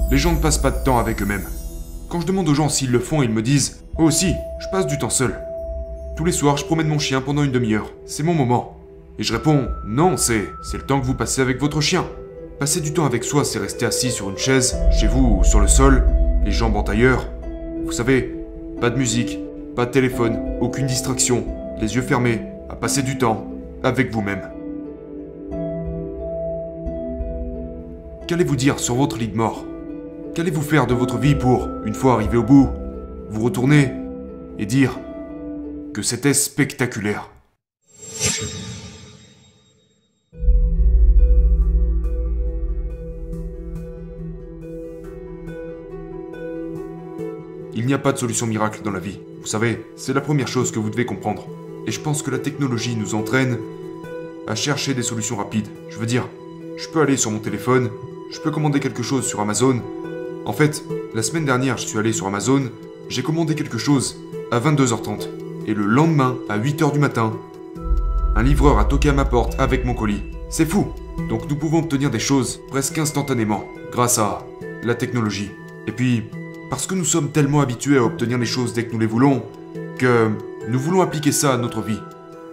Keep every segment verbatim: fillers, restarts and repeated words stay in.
les gens ne passent pas de temps avec eux-mêmes. Quand je demande aux gens s'ils le font, ils me disent « Oh si, je passe du temps seul. Tous les soirs, je promène mon chien pendant une demi-heure. C'est mon moment. » Et je réponds « Non, c'est c'est le temps que vous passez avec votre chien. Passer du temps avec soi, c'est rester assis sur une chaise, chez vous ou sur le sol, les jambes en tailleur. Vous savez, pas de musique, pas de téléphone, aucune distraction, les yeux fermés, à passer du temps avec vous-même. » Qu'allez-vous dire sur votre lit de mort? Qu'allez-vous faire de votre vie pour, une fois arrivé au bout, vous retourner et dire que c'était spectaculaire? Il n'y a pas de solution miracle dans la vie. Vous savez, c'est la première chose que vous devez comprendre. Et je pense que la technologie nous entraîne à chercher des solutions rapides. Je veux dire, je peux aller sur mon téléphone, je peux commander quelque chose sur Amazon. En fait, la semaine dernière, je suis allé sur Amazon, j'ai commandé quelque chose à vingt-deux heures trente. Et le lendemain, à huit heures du matin, un livreur a toqué à ma porte avec mon colis. C'est fou! Donc nous pouvons obtenir des choses presque instantanément, grâce à la technologie. Et puis, parce que nous sommes tellement habitués à obtenir les choses dès que nous les voulons, que nous voulons appliquer ça à notre vie.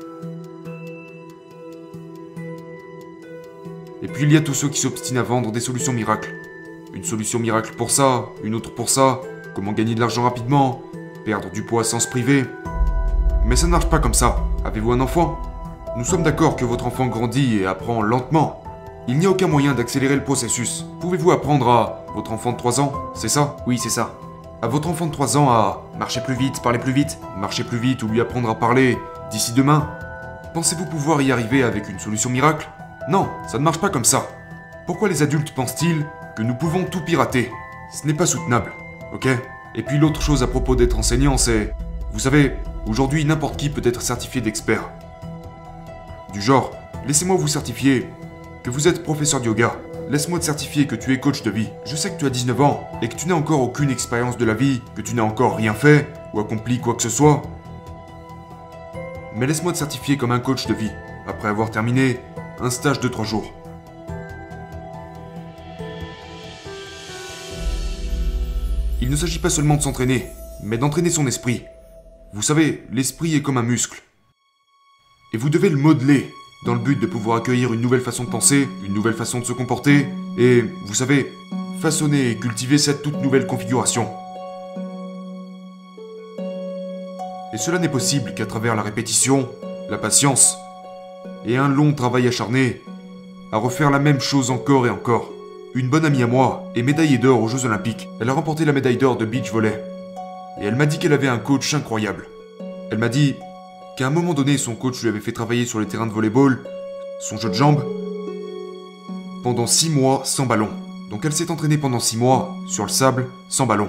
Et puis il y a tous ceux qui s'obstinent à vendre des solutions miracles. Une solution miracle pour ça, une autre pour ça, comment gagner de l'argent rapidement, perdre du poids sans se priver. Mais ça ne marche pas comme ça. Avez-vous un enfant? Nous sommes d'accord que votre enfant grandit et apprend lentement. Il n'y a aucun moyen d'accélérer le processus. Pouvez-vous apprendre à votre enfant de trois ans? C'est ça? Oui, c'est ça. À votre enfant de trois ans à marcher plus vite, parler plus vite, marcher plus vite ou lui apprendre à parler d'ici demain? Pensez-vous pouvoir y arriver avec une solution miracle? Non, ça ne marche pas comme ça. Pourquoi les adultes pensent-ils que nous pouvons tout pirater? Ce n'est pas soutenable, ok? Et puis l'autre chose à propos d'être enseignant, c'est... Vous savez, aujourd'hui n'importe qui peut être certifié d'expert. Du genre, laissez-moi vous certifier que vous êtes professeur de yoga. Laisse-moi te certifier que tu es coach de vie. Je sais que tu as dix-neuf ans et que tu n'as encore aucune expérience de la vie, que tu n'as encore rien fait ou accompli quoi que ce soit. Mais laisse-moi te certifier comme un coach de vie, après avoir terminé un stage de trois jours. Il ne s'agit pas seulement de s'entraîner, mais d'entraîner son esprit. Vous savez, l'esprit est comme un muscle. Et vous devez le modeler, dans le but de pouvoir accueillir une nouvelle façon de penser, une nouvelle façon de se comporter, et, vous savez, façonner et cultiver cette toute nouvelle configuration. Et cela n'est possible qu'à travers la répétition, la patience, et un long travail acharné, à refaire la même chose encore et encore. Une bonne amie à moi est médaillée d'or aux Jeux Olympiques. Elle a remporté la médaille d'or de beach volley. Et elle m'a dit qu'elle avait un coach incroyable. Elle m'a dit qu'à un moment donné, son coach lui avait fait travailler sur les terrains de volley-ball, son jeu de jambes, pendant six mois sans ballon. Donc elle s'est entraînée pendant six mois, sur le sable, sans ballon.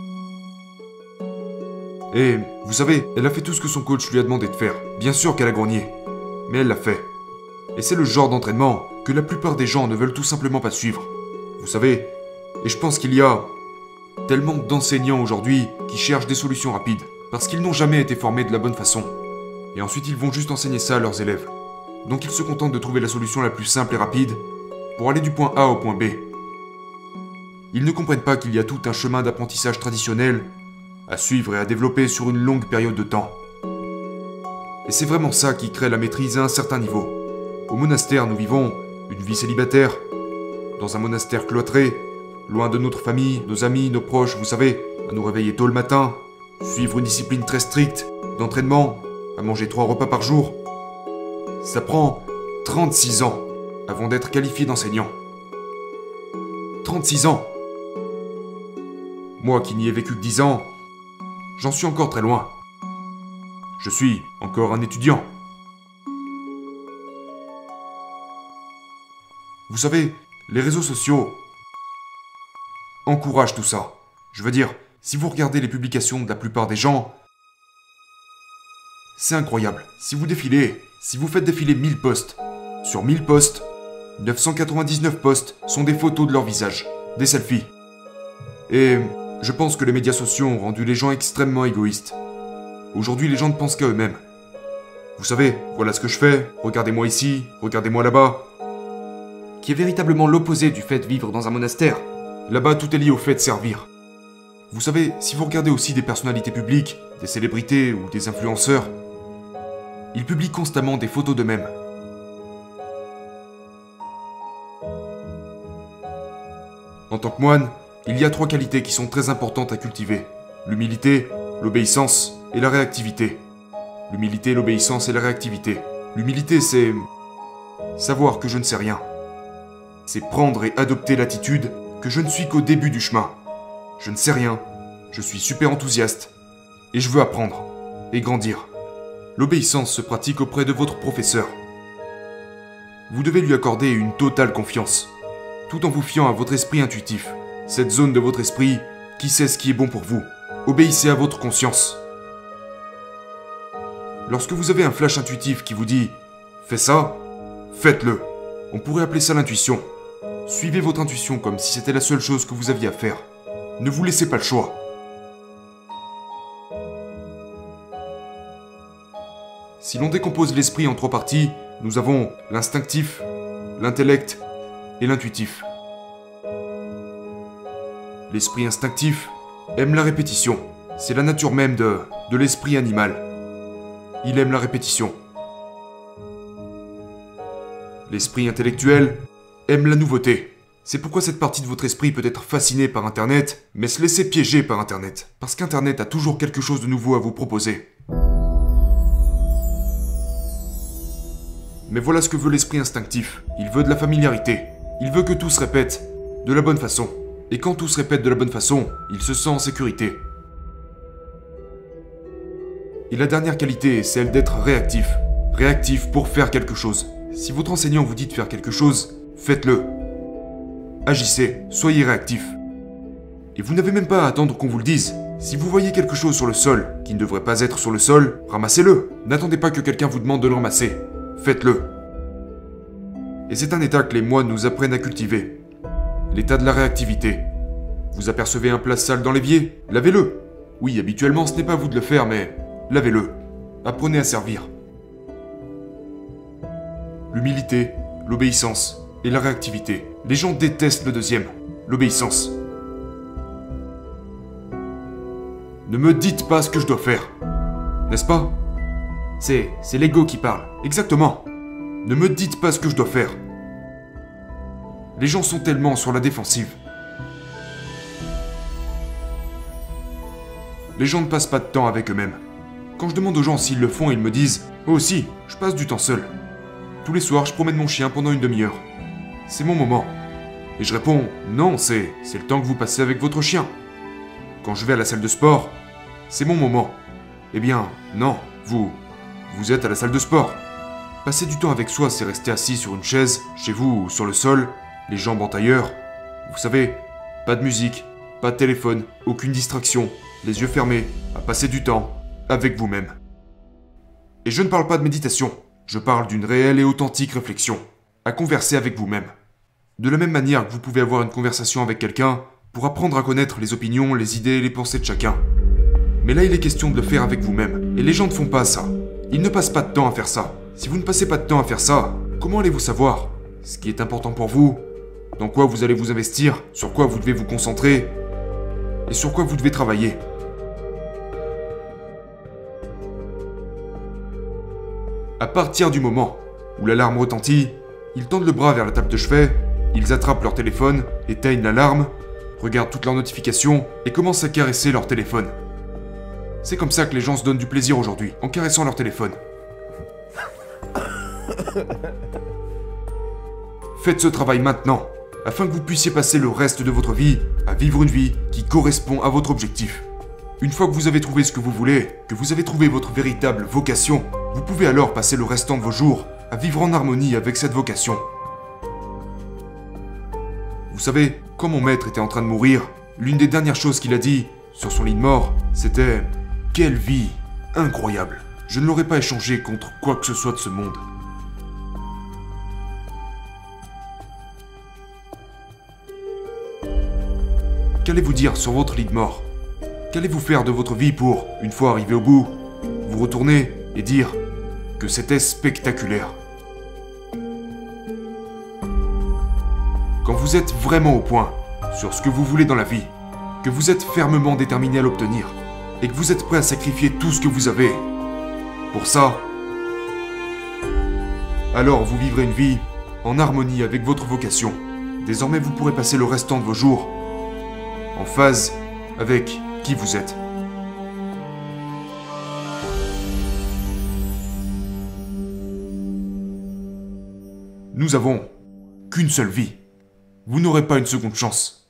Et, vous savez, elle a fait tout ce que son coach lui a demandé de faire. Bien sûr qu'elle a grogné, mais elle l'a fait. Et c'est le genre d'entraînement que la plupart des gens ne veulent tout simplement pas suivre. Vous savez, et je pense qu'il y a tellement d'enseignants aujourd'hui qui cherchent des solutions rapides, parce qu'ils n'ont jamais été formés de la bonne façon. Et ensuite ils vont juste enseigner ça à leurs élèves. Donc ils se contentent de trouver la solution la plus simple et rapide pour aller du point A au point B. Ils ne comprennent pas qu'il y a tout un chemin d'apprentissage traditionnel à suivre et à développer sur une longue période de temps. Et c'est vraiment ça qui crée la maîtrise à un certain niveau. Au monastère, nous vivons une vie célibataire, dans un monastère cloîtré, loin de notre famille, nos amis, nos proches, vous savez, à nous réveiller tôt le matin, suivre une discipline très stricte, d'entraînement, à manger trois repas par jour. Ça prend trente-six ans avant d'être qualifié d'enseignant. trente-six ans! Moi qui n'y ai vécu que dix ans, j'en suis encore très loin. Je suis encore un étudiant. Vous savez, les réseaux sociaux encouragent tout ça. Je veux dire, si vous regardez les publications de la plupart des gens, c'est incroyable. Si vous défilez, si vous faites défiler mille posts, sur mille posts, neuf cent quatre-vingt-dix-neuf posts sont des photos de leur visage, des selfies. Et je pense que les médias sociaux ont rendu les gens extrêmement égoïstes. Aujourd'hui, les gens ne pensent qu'à eux-mêmes. Vous savez, voilà ce que je fais, regardez-moi ici, regardez-moi là-bas. Qui est véritablement l'opposé du fait de vivre dans un monastère. Là-bas, tout est lié au fait de servir. Vous savez, si vous regardez aussi des personnalités publiques, des célébrités ou des influenceurs, ils publient constamment des photos d'eux-mêmes. En tant que moine, il y a trois qualités qui sont très importantes à cultiver. L'humilité, l'obéissance et la réactivité. L'humilité, l'obéissance et la réactivité. L'humilité, c'est savoir que je ne sais rien. C'est prendre et adopter l'attitude que je ne suis qu'au début du chemin. Je ne sais rien, je suis super enthousiaste, et je veux apprendre, et grandir. L'obéissance se pratique auprès de votre professeur. Vous devez lui accorder une totale confiance, tout en vous fiant à votre esprit intuitif, cette zone de votre esprit qui sait ce qui est bon pour vous. Obéissez à votre conscience. Lorsque vous avez un flash intuitif qui vous dit « Fais ça », faites-le. On pourrait appeler ça l'intuition. Suivez votre intuition comme si c'était la seule chose que vous aviez à faire. Ne vous laissez pas le choix. Si l'on décompose l'esprit en trois parties, nous avons l'instinctif, l'intellect et l'intuitif. L'esprit instinctif aime la répétition. C'est la nature même de, de l'esprit animal. Il aime la répétition. L'esprit intellectuel aime la nouveauté. C'est pourquoi cette partie de votre esprit peut être fascinée par Internet, mais se laisser piéger par Internet. Parce qu'Internet a toujours quelque chose de nouveau à vous proposer. Mais voilà ce que veut l'esprit instinctif. Il veut de la familiarité. Il veut que tout se répète de la bonne façon. Et quand tout se répète de la bonne façon, il se sent en sécurité. Et la dernière qualité est celle d'être réactif. Réactif pour faire quelque chose. Si votre enseignant vous dit de faire quelque chose, faites-le. Agissez, soyez réactif. Et vous n'avez même pas à attendre qu'on vous le dise. Si vous voyez quelque chose sur le sol qui ne devrait pas être sur le sol, ramassez-le. N'attendez pas que quelqu'un vous demande de le ramasser. Faites-le. Et c'est un état que les moines nous apprennent à cultiver. L'état de la réactivité. Vous apercevez un plat sale dans l'évier, lavez-le. Oui, habituellement ce n'est pas à vous de le faire, mais lavez-le. Apprenez à servir. L'humilité, l'obéissance et la réactivité. Les gens détestent le deuxième, l'obéissance. Ne me dites pas ce que je dois faire. N'est-ce pas? C'est, c'est l'ego qui parle. Exactement. Ne me dites pas ce que je dois faire. Les gens sont tellement sur la défensive. Les gens ne passent pas de temps avec eux-mêmes. Quand je demande aux gens s'ils le font, ils me disent « Oh si, je passe du temps seul. Tous les soirs, je promène mon chien pendant une demi-heure. C'est mon moment. » Et je réponds « Non, c'est, c'est le temps que vous passez avec votre chien. Quand je vais à la salle de sport, c'est mon moment. » Eh bien, non, vous, vous êtes à la salle de sport. Passer du temps avec soi, c'est rester assis sur une chaise, chez vous ou sur le sol, les jambes en tailleur. Vous savez, pas de musique, pas de téléphone, aucune distraction, les yeux fermés, à passer du temps avec vous-même. Et je ne parle pas de méditation, je parle d'une réelle et authentique réflexion, à converser avec vous-même. De la même manière que vous pouvez avoir une conversation avec quelqu'un pour apprendre à connaître les opinions, les idées et les pensées de chacun. Mais là, il est question de le faire avec vous-même. Et les gens ne font pas ça. Ils ne passent pas de temps à faire ça. Si vous ne passez pas de temps à faire ça, comment allez-vous savoir ce qui est important pour vous, dans quoi vous allez vous investir, sur quoi vous devez vous concentrer, et sur quoi vous devez travailler? À partir du moment où l'alarme retentit, ils tendent le bras vers la table de chevet, ils attrapent leur téléphone, éteignent l'alarme, regardent toutes leurs notifications et commencent à caresser leur téléphone. C'est comme ça que les gens se donnent du plaisir aujourd'hui, en caressant leur téléphone. Faites ce travail maintenant, afin que vous puissiez passer le reste de votre vie à vivre une vie qui correspond à votre objectif. Une fois que vous avez trouvé ce que vous voulez, que vous avez trouvé votre véritable vocation, vous pouvez alors passer le restant de vos jours à vivre en harmonie avec cette vocation. Vous savez, quand mon maître était en train de mourir, l'une des dernières choses qu'il a dit sur son lit de mort, c'était « Quelle vie incroyable ! Je ne l'aurais pas échangé contre quoi que ce soit de ce monde. » Qu'allez-vous dire sur votre lit de mort? Qu'allez-vous faire de votre vie pour, une fois arrivé au bout, vous retourner et dire que c'était spectaculaire? Quand vous êtes vraiment au point, sur ce que vous voulez dans la vie, que vous êtes fermement déterminé à l'obtenir, et que vous êtes prêt à sacrifier tout ce que vous avez. Pour ça, alors vous vivrez une vie en harmonie avec votre vocation. Désormais, vous pourrez passer le restant de vos jours en phase avec qui vous êtes. Nous avons qu'une seule vie. Vous n'aurez pas une seconde chance.